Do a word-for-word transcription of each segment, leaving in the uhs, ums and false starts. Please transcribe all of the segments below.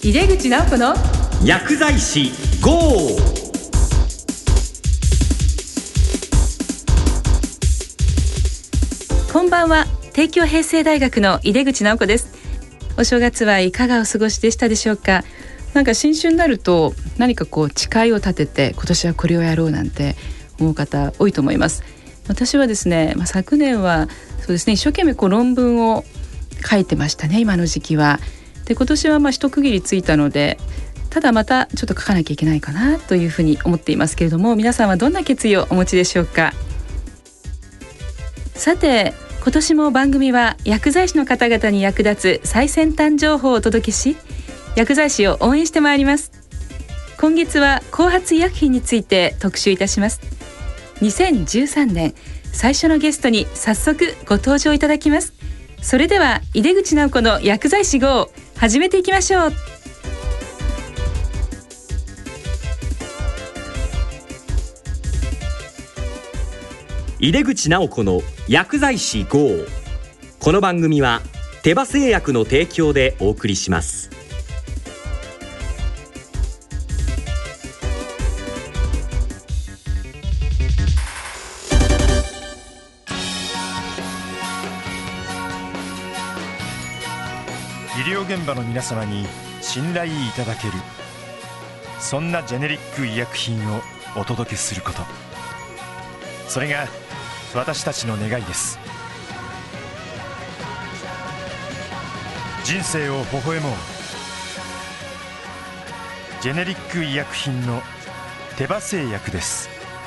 井出口直子の薬剤師 ゴー。 こんばんは。帝京平成大学の井出口直子です。お正月はいかがお過ごしでしたでしょうか。なんか新春になると何かこう誓いを立てて今年はこれをやろうなんて思う方多いと思います。私はですね、まあ、昨年はそうですね、一生懸命こう論文を書いてましたね、今の時期は。で今年はまあ一区切りついたので、ただまたちょっと書かなきゃいけないかなというふうに思っていますけれども、皆さんはどんな決意をお持ちでしょうか。さて今年も番組は薬剤師の方々に役立つ最先端情報をお届けし、薬剤師を応援してまいります。今月は後発医薬品について特集いたします。にせんじゅうさんねん最初のゲストに早速ご登場いただきます。それでは井出口直子の薬剤師 ゴー 始めていきましょう。 井出口直子の薬剤師 ゴー。 この番組は手羽製薬の提供でお送りします。 医療現場の皆様に信頼いただける、そんなジェネリック医薬品をお届けすること、それが私たちの願いです。人生を微笑もう。ジェネリック医薬品の手羽製薬です。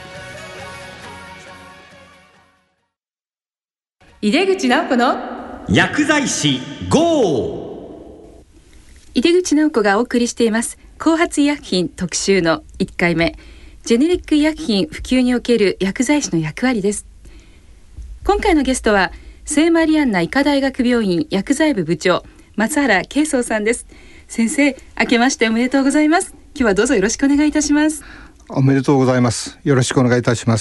井出口直子の薬剤師 ゴー。 井出口直子がお送りしています後発医薬品特集のいっかいめ、ジェネリック医薬品普及における薬剤師の役割です。今回のゲストは聖マリアンナ医科大学病院薬剤部部長松原慶宗さんです。先生、明けましておめでとうございます。今日はどうぞよろしくお願いいたします。 おめでとうございます。よろしくお願いいたします。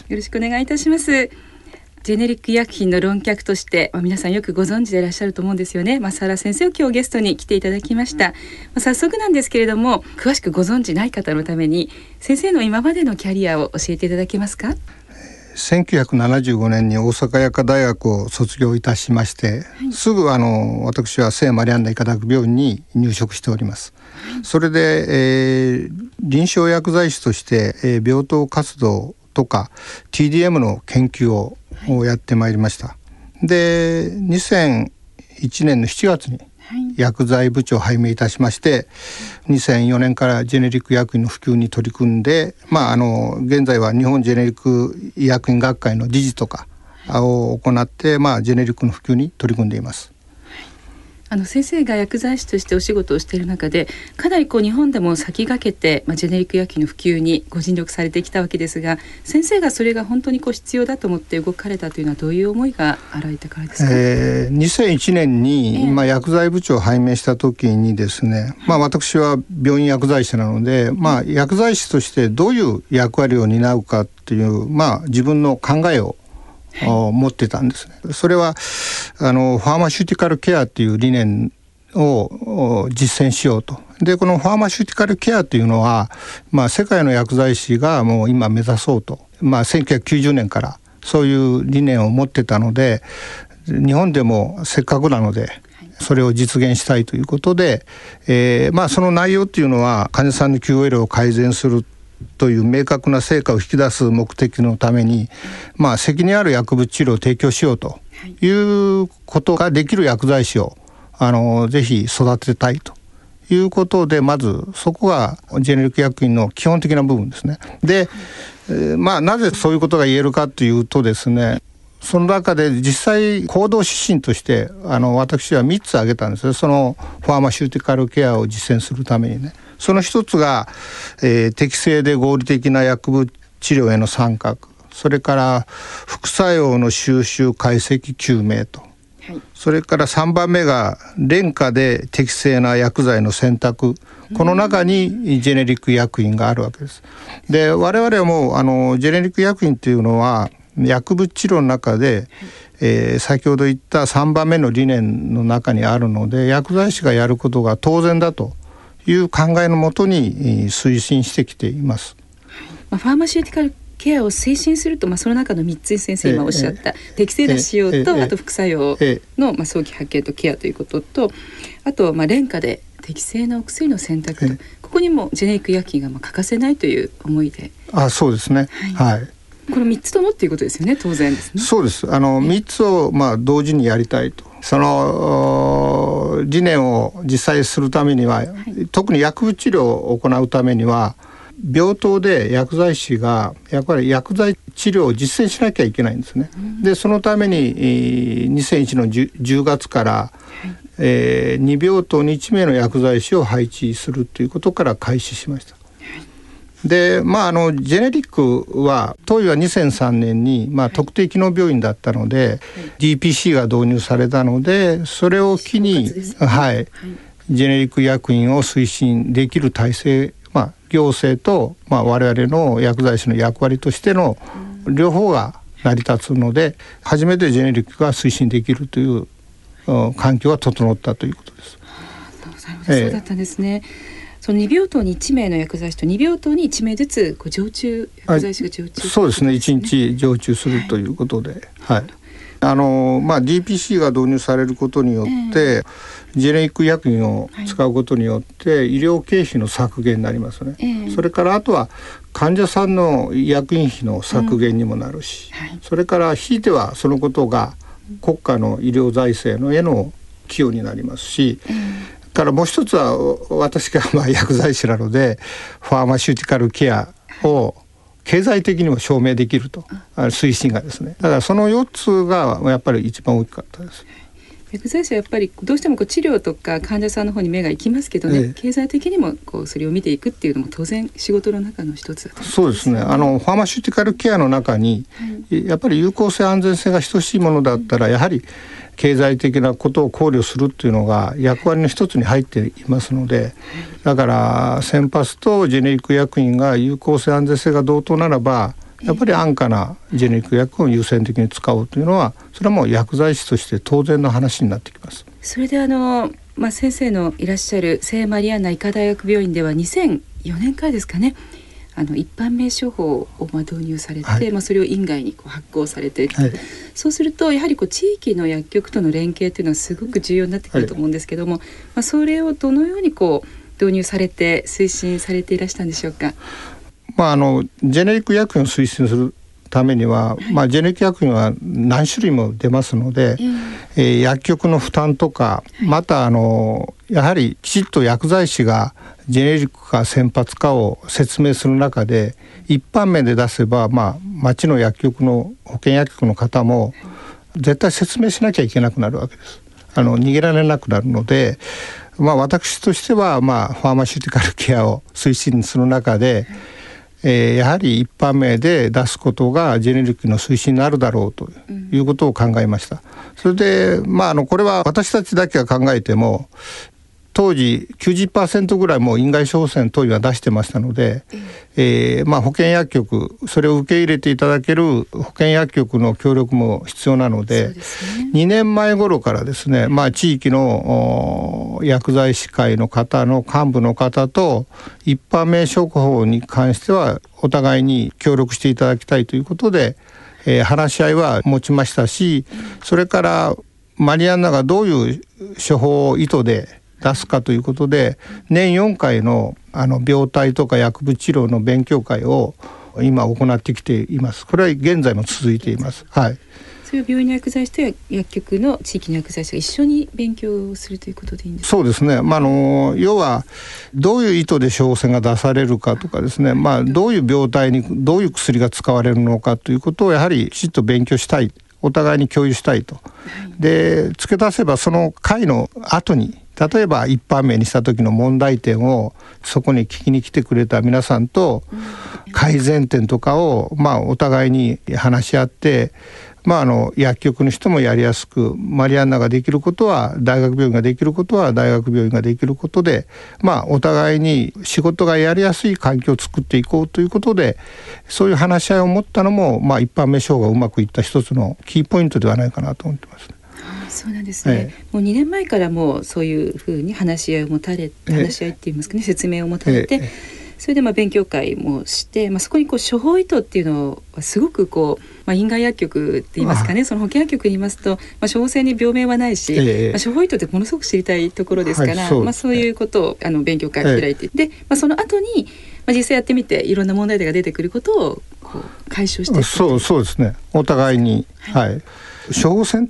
よろしくお願いいたします。ジェネリック医薬品の論客として、まあ、皆さんよくご存知でいらっしゃると思うんですよね。松原先生を今日ゲストに来ていただきました。まあ、早速なんですけれども、詳しくご存知ない方のために先生の今までのキャリアを教えていただけますか。 せんきゅうひゃくななじゅうごねんに大阪薬科大学を卒業いたしまして、はい、すぐあの私は聖マリアンナ医科大学病院に入職しております。はい、それで、えー、臨床薬剤師として、えー、病棟活動とか ティーディーエム の研究をやってまいりました。でにせんいちねんのしちがつに薬剤部長を拝命いたしまして、にせんよねんからジェネリック医薬品の普及に取り組んで、まあ、あの現在は日本ジェネリック医薬品学会の理事とかを行って、まあ、ジェネリックの普及に取り組んでいます。 あの先生が薬剤師としてお仕事をしている中で、かなりこう日本でも先駆けて、まあ、ジェネリック医薬品の普及にご尽力されてきたわけですが、先生がそれが本当にこう必要だと思って動かれたというのはどういう思いがあられたからですか。 えー、にせんいちねんに、えーまあ、薬剤部長を拝命した時にですね、まあ、私は病院薬剤師なので、まあ、薬剤師としてどういう役割を担うかっていう、まあ、自分の考えを持ってたんですね。それはあのファーマシューティカルケアっていう理念を実践しようと。でこのファーマシューティカルケアというのは、まあ、世界の薬剤師がもう今目指そうと、まあ、せんきゅうひゃくきゅうじゅうねんからそういう理念を持ってたので、日本でもせっかくなのでそれを実現したいということで、えーまあ、その内容っていうのは患者さんの キューオーエル を改善するという明確な成果を引き出す目的のために、まあ、責任ある薬物治療を提供しようということができる薬剤師をあのぜひ育てたいということで、まずそこがジェネリック医薬品の基本的な部分ですね。で、えーまあ、なぜそういうことが言えるかというとですね、その中で実際行動指針としてあの私はみっつ挙げたんですよ。そのファーマシューティカルケアを実践するためにね。その一つが、えー、適正で合理的な薬物治療への参画、それから副作用の収集解析究明と、はい、それからさんばんめが廉価で適正な薬剤の選択、この中にジェネリック医薬品があるわけです。で我々はもうあのジェネリック医薬品というのは薬物治療の中で、はいえー、先ほど言ったさんばんめの理念の中にあるので、薬剤師がやることが当然だという考えのもとに推進してきています。 まあ、ファーマシューティカルケアを推進すると、まあ、その中のみっつ先生今おっしゃった、ええ、適正な使用と、ええ、あと副作用の、まあ、早期発見とケアということと、あと、まあ、廉価で適正なお薬の選択と、ええ、ここにもジェネリック医薬品がまあ欠かせないという思いで。 あ、そうですね、はい、はい、 このみっつともっていうことですよね。当然ですね。 そうです。あのみっつをまあ同時にやりたいと、その理念を実際するためには、はい、特に薬物治療を行うためには病棟で薬剤師がやっぱり薬剤治療を実践しなきゃいけないんですね、うん、でそのためににせんいちねんの 10, じゅうがつから、はい、えー、に病棟にいち名の薬剤師を配置するということから開始しました。で、まあ、あのジェネリックは当時はにせんさんねんに、まあ、特定機能病院だったので、はい、ディーピーシー が導入されたので、それを機に、ね、はいはい、ジェネリック医薬品を推進できる体制、まあ、行政と、まあ、我々の薬剤師の役割としての両方が成り立つので、初めてジェネリックが推進できるという環境が整ったということです。 そうだったんですね。そのに病棟にいち名の薬剤師とに病棟にいち名ずつこう常駐薬剤師が常駐、ね、 そうですね、いちにち常駐するということで、はいはい、あのまあ、ディーピーシー が導入されることによって、えー、ジェネリック医薬品を使うことによって、はい、医療経費の削減になりますね、えー、それからあとは患者さんの医薬品費の削減にもなるし、うんはい、それからひいてはそのことが国家の医療財政のへの寄与になりますし、えーからもう一つは私がまあ薬剤師なのでファーマシューティカルケアを経済的にも証明できると、推進がですね、だからそのよっつがやっぱり一番大きかったです。 薬剤師はやっぱりどうしてもこう治療とか患者さんの方に目が行きますけどね、ええ、経済的にもこうそれを見ていくっていうのも当然仕事の中の一つだと思います。 そうですね、あのファーマシューティカルケアの中に、はい、やっぱり有効性安全性が等しいものだったら、やはり経済的なことを考慮するっていうのが役割の一つに入っていますので、だから先発とジェネリック医薬品が有効性安全性が同等ならば、やっぱり安価なジェネリック医薬品を優先的に使おうというのは、それはもう薬剤師として当然の話になってきます。 それであの、まあ、先生のいらっしゃる聖マリアンナ医科大学病院ではにせんよねんからですかね、あの一般名処方をまあ導入されて、はい、まあ、それを院外にこう発行されている、はい、そうするとやはりこう地域の薬局との連携というのはすごく重要になってくると思うんですけども、はい、まあ、それをどのようにこう導入されて推進されていらしたんでしょうか。 まあ、あのジェネリック医薬品を推進するためには、はい、まあ、ジェネリック医薬品は何種類も出ますので、えーえー、薬局の負担とか、はい、またあのやはりきちっと薬剤師がジェネリックか先発かを説明する中で、一般名で出せば、まあ、町の薬局の保健薬局の方も絶対説明しなきゃいけなくなるわけです。あの逃げられなくなるので、まあ、私としては、まあ、ファーマシューティカルケアを推進する中で、えー、やはり一般名で出すことがジェネリックの推進になるだろうということを考えました。それで、まあ、あのこれは私たちだけが考えても、当時 きゅうじゅっパーセント ぐらいもう院外処方箋当時は出してましたので、えーまあ、保健薬局、それを受け入れていただける保健薬局の協力も必要なの で, で、ね、にねんまえ頃からですね、まあ、地域の薬剤師会の方の幹部の方と一般名処方に関してはお互いに協力していただきたいということで、えー、話し合いは持ちましたし、それからマリアンナがどういう処方を意図で出すかということで、年よんかいのあの病態とか薬物治療の勉強会を今行ってきています。これは現在も続いています。はい。 それは病院の薬剤師と薬局の地域の薬剤師が一緒に勉強をするということでいいんですか。 そうですね、まあ、あの要はどういう意図で処方箋が出されるかとかですね、まあ、どういう病態にどういう薬が使われるのかということをやはりきちっと勉強したい、お互いに共有したいと。で付け出せばその会の後に例えば一般名にした時の問題点をそこに聞きに来てくれた皆さんと改善点とかをまあお互いに話し合って、まあ、あの薬局の人もやりやすく、マリアンナができることは大学病院ができることは大学病院ができることで、まあ、お互いに仕事がやりやすい環境を作っていこうということで、そういう話し合いを持ったのも、まあ、一般名称がうまくいった一つのキーポイントではないかなと思ってます。 そうなんですね、ええ、もうにねんまえからもうそういうふうに話し合いを持たれて、話し合いって言いますかね、説明を持たれて、ええ、それでまあ勉強会もして、まあ、そこにこう処方意図っていうのはすごくこう、まあ、院外薬局って言いますかね、その保健薬局に言いますと、まあ、処方箋に病名はないし、ええ、まあ、処方意図ってものすごく知りたいところですから、はい、 そう、まあ、そういうことをあの勉強会を開いて、ええ、で、まあ、その後に、まあ、実際やってみていろんな問題点が出てくることをこう解消していく。 そう、そうですね、お互いに、はいはい、処方箋って、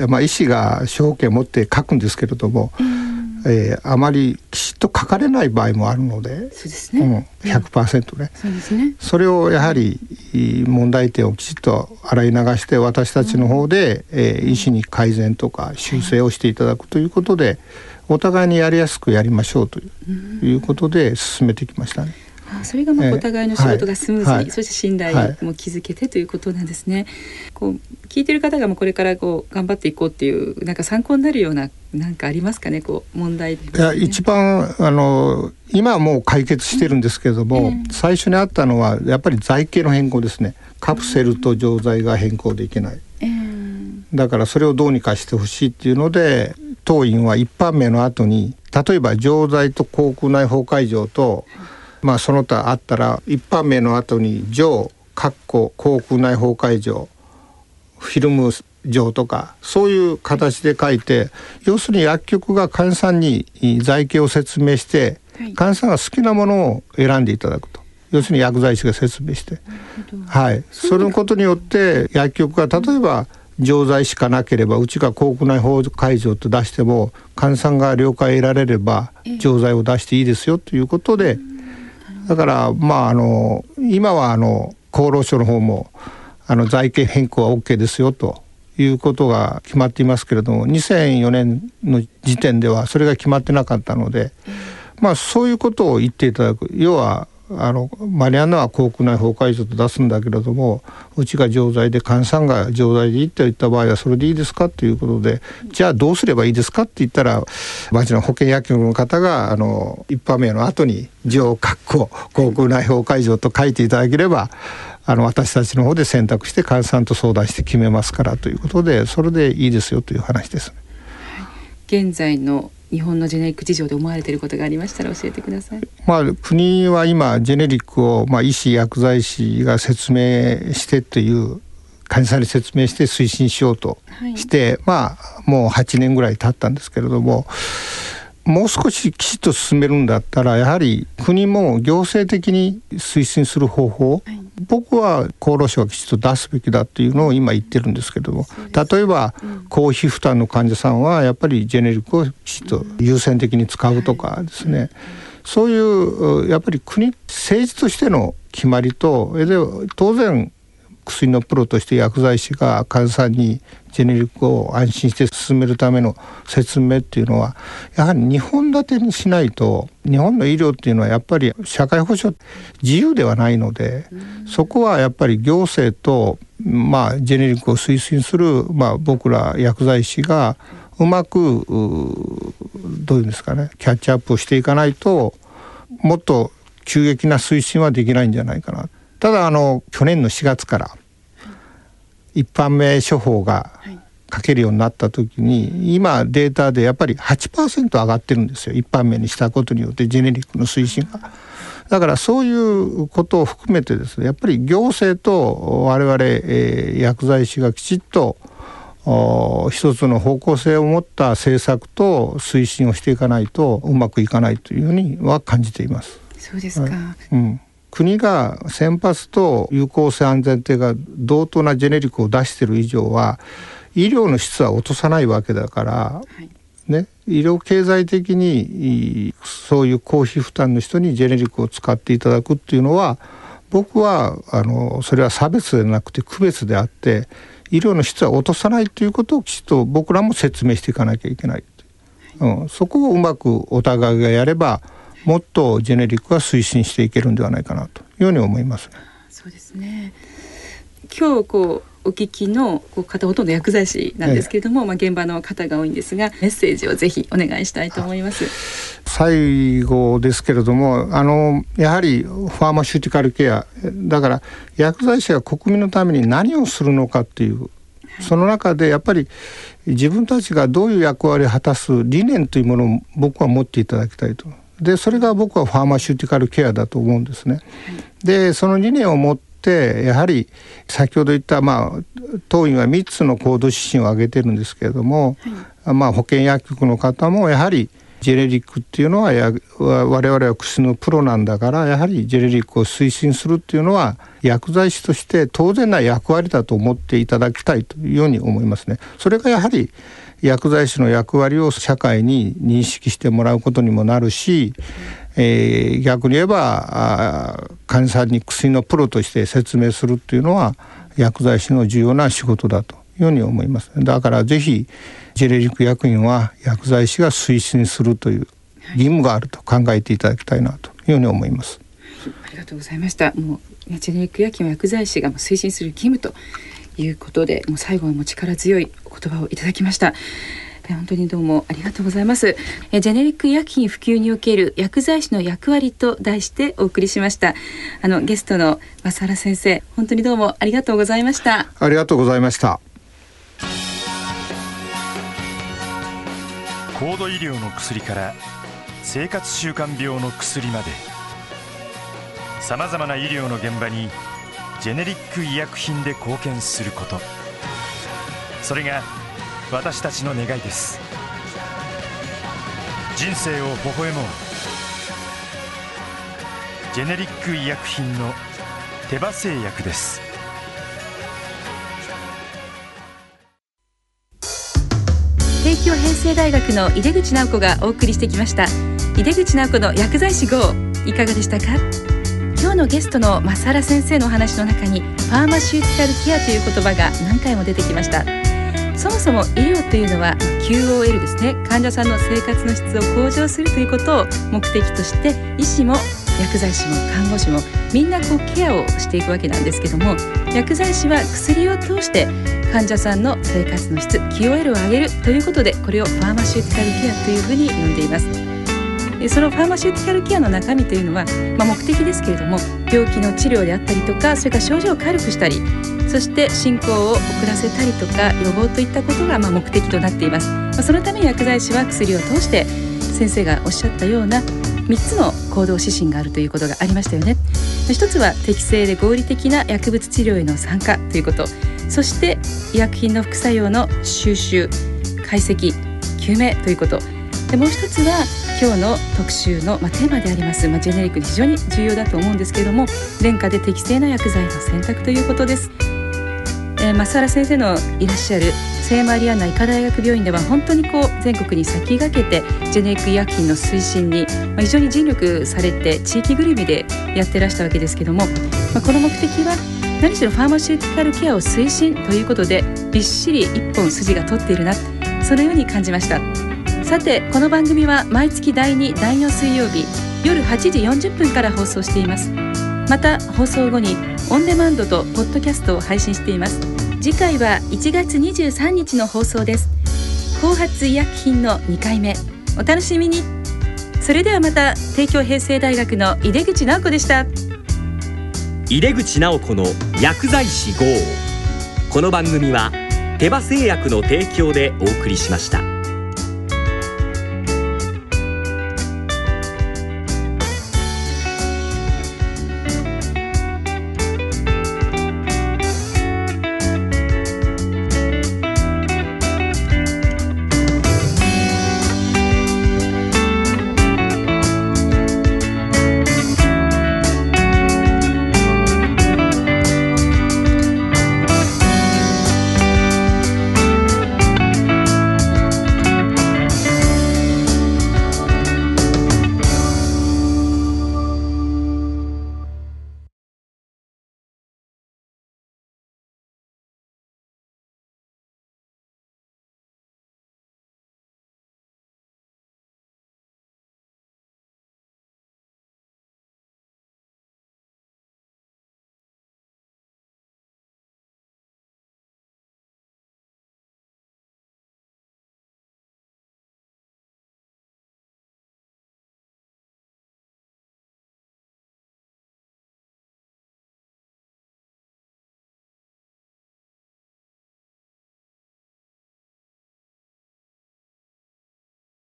まあ、医師が処方権を持って書くんですけれども、えー、あまりきちっと書かれない場合もあるので、そうですね、うん、ひゃくパーセント ね、そうですね、それをやはり問題点をきちっと洗い流して私たちの方で、うん、えー、医師に改善とか修正をしていただくということで、お互いにやりやすくやりましょうということで進めてきましたね。 あ、それがまあお互いの仕事がスムーズに、はい、そして信頼も築けてということなんですね、はい、こう聞いてる方がもうこれからこう頑張っていこうっていうなんか参考になるようななんかありますかね、こう問題ですね。 いや、一番あの今はもう解決してるんですけれども、えー、最初にあったのはやっぱり剤形の変更ですね。カプセルと錠剤が変更できない、えー、だからそれをどうにかしてほしいっていうので、当院は一般名の後に例えば錠剤と口腔内包会錠と、まあ、その他あったら一般名の後に錠、カッコ、口腔内包会錠、フィルム錠とかそういう形で書いて、要するに薬局が患者さんに剤形を説明して、はい、患者さんが好きなものを選んでいただくと、要するに薬剤師が説明して、はい、そのことによって薬局が例えば錠剤しかなければうちが口腔内包会錠と出しても患者さんが了解得られれば錠剤を出していいですよということで、だからまああの今はあの厚労省の方もあの剤形変更は OK ですよということが決まっていますけれども、にせんよねんの時点ではそれが決まってなかったので、まあそういうことを言っていただく、要はあのマリアンナは口腔内包会錠と出すんだけれども、うちが錠剤で患者さんが錠剤でいいと言った場合はそれでいいですかということで、じゃあどうすればいいですかって言ったら、町の保健薬局の方があの一般名の後に錠、カッコ、口腔内包会錠と書いていただければ、あの私たちの方で選択して患者さんと相談して決めますからということで、それでいいですよという話ですね。 現在の日本のジェネリック事情で思われていることがありましたら教えてください。 まあ、国は今ジェネリックを、まあ、医師薬剤師が説明してという患者さんに説明して推進しようとして、はい、まあもうはちねんぐらい経ったんですけれども、もう少しきちっと進めるんだったらやはり国も行政的に推進する方法、はい、僕は厚労省がきちっと出すべきだというのを今言ってるんですけども、例えば、うん、公費負担の患者さんはやっぱりジェネリックをきちっと優先的に使うとかですね、はい、そういうやっぱり国政治としての決まりと、で当然薬のプロとして薬剤師が患者さんにジェネリックを安心して進めるための説明っていうのはやはりにほん立てにしないと、日本の医療っていうのはやっぱり社会保障自由ではないので、そこはやっぱり行政と、まあ、ジェネリックを推進する、まあ、僕ら薬剤師がうまくどういうんですかね、キャッチアップをしていかないともっと急激な推進はできないんじゃないかな。ただあの去年のしがつから一般名処方が書けるようになった時に、今データでやっぱり はちパーセント 上がってるんですよ、一般名にしたことによってジェネリックの推進が。だからそういうことを含めてですね、やっぱり行政と我々、えー、薬剤師がきちっと一つの方向性を持った政策と推進をしていかないとうまくいかないというふうには感じています。 そうですか、はい、 うん、国が先発と有効性安全性が同等なジェネリックを出している以上は医療の質は落とさないわけだから、はいね、医療経済的にそういう公費負担の人にジェネリックを使っていただくっていうのは、僕はあのそれは差別ではなくて区別であって、医療の質は落とさないということをきちっと僕らも説明していかなきゃいけない、はい、うん、そこをうまくお互いがやればもっとジェネリックは推進していけるんではないかなというように思いますね。 そうですね。今日こうお聞きの方ほとんど薬剤師なんですけれども、ええ、まあ、現場の方が多いんですが、メッセージをぜひお願いしたいと思います。 最後ですけれども、あのやはりファーマシューティカルケアだから薬剤師が国民のために何をするのかっていうその中でやっぱり自分たちがどういう役割を果たす理念というものを僕は持っていただきたいと。でそれが僕はファーマシュティカルケアだと思うんですね。でその理念を持ってやはり先ほど言った、まあ、当院はみっつの行動指針を挙げてるんですけれども、はい、まあ、保健薬局の方もやはりジェネリックっていうのはや我々は薬のプロなんだからやはりジェネリックを推進するっていうのは薬剤師として当然な役割だと思っていただきたいというように思いますね。それがやはり薬剤師の役割を社会に認識してもらうことにもなるし、えー、逆に言えば患者さんに薬のプロとして説明するっていうのは薬剤師の重要な仕事だというように思います。だからぜひジェネリック薬品は薬剤師が推進するという義務があると考えていただきたいなというように思います。 ありがとうございました。もうジェネリック薬品は薬剤師が推進する義務ということで、もう最後はもう力強いお言葉をいただきました。本当にどうもありがとうございます。ジェネリック医薬品普及における薬剤師の役割と題してお送りしました。あのゲストの増原先生、本当にどうもありがとうございました。 ありがとうございました。 高度医療の薬から生活習慣病の薬まで、さまざまな医療の現場にジェネリック医薬品で貢献すること、それが私たちの願いです。人生を微笑もう。ジェネリック医薬品の手羽製薬です。 帝京平成大学の井出口直子がお送りしてきました。井出口直子の薬剤師 ゴー、 いかがでしたか？今日のゲストの増原先生のお話の中にファーマシューティカルケアという言葉が何回も出てきました。そもそも医療というのは キューオーエル ですね。患者さんの生活の質を向上するということを目的として、医師も薬剤師も看護師もみんなこうケアをしていくわけなんですけども、薬剤師は薬を通して患者さんの生活の質 キューオーエル を上げるということで、これをファーマシューティカルケアというふうに呼んでいます。そのファーマシューティカルケアの中身というのは、まあ、目的ですけれども、病気の治療であったりとか、それから症状を軽くしたり、そして進行を遅らせたりとか予防といったことがまあ目的となっています。まあ、そのために薬剤師は薬を通して先生がおっしゃったようなみっつの行動指針があるということがありましたよね。一つは適正で合理的な薬物治療への参加ということ、そして医薬品の副作用の収集、解析、究明ということで、もう一つは今日の特集の、まあ、テーマであります、まあ、ジェネリックで非常に重要だと思うんですけれども、廉価で適正な薬剤の選択ということです。えー、増原先生のいらっしゃる聖マリアンナ医科大学病院では本当にこう全国に先駆けてジェネリック医薬品の推進に、まあ、非常に尽力されて地域ぐるみでやってらしたわけですけども、まあ、この目的は何しろファーマシューティカルケアを推進ということでびっしり一本筋が通っているな、そのように感じました。さてこの番組は毎月だいに、だいよん水曜日夜はちじよんじゅっぷんから放送しています。また放送後にオンデマンドとポッドキャストを配信しています。次回はいちがつにじゅうさんにちの放送です。後発医薬品のにかいめ、お楽しみに。それではまた。帝京平成大学の井出口直子でした。 井出口直子の薬剤師 ゴー。 この番組は手羽製薬の提供でお送りしました。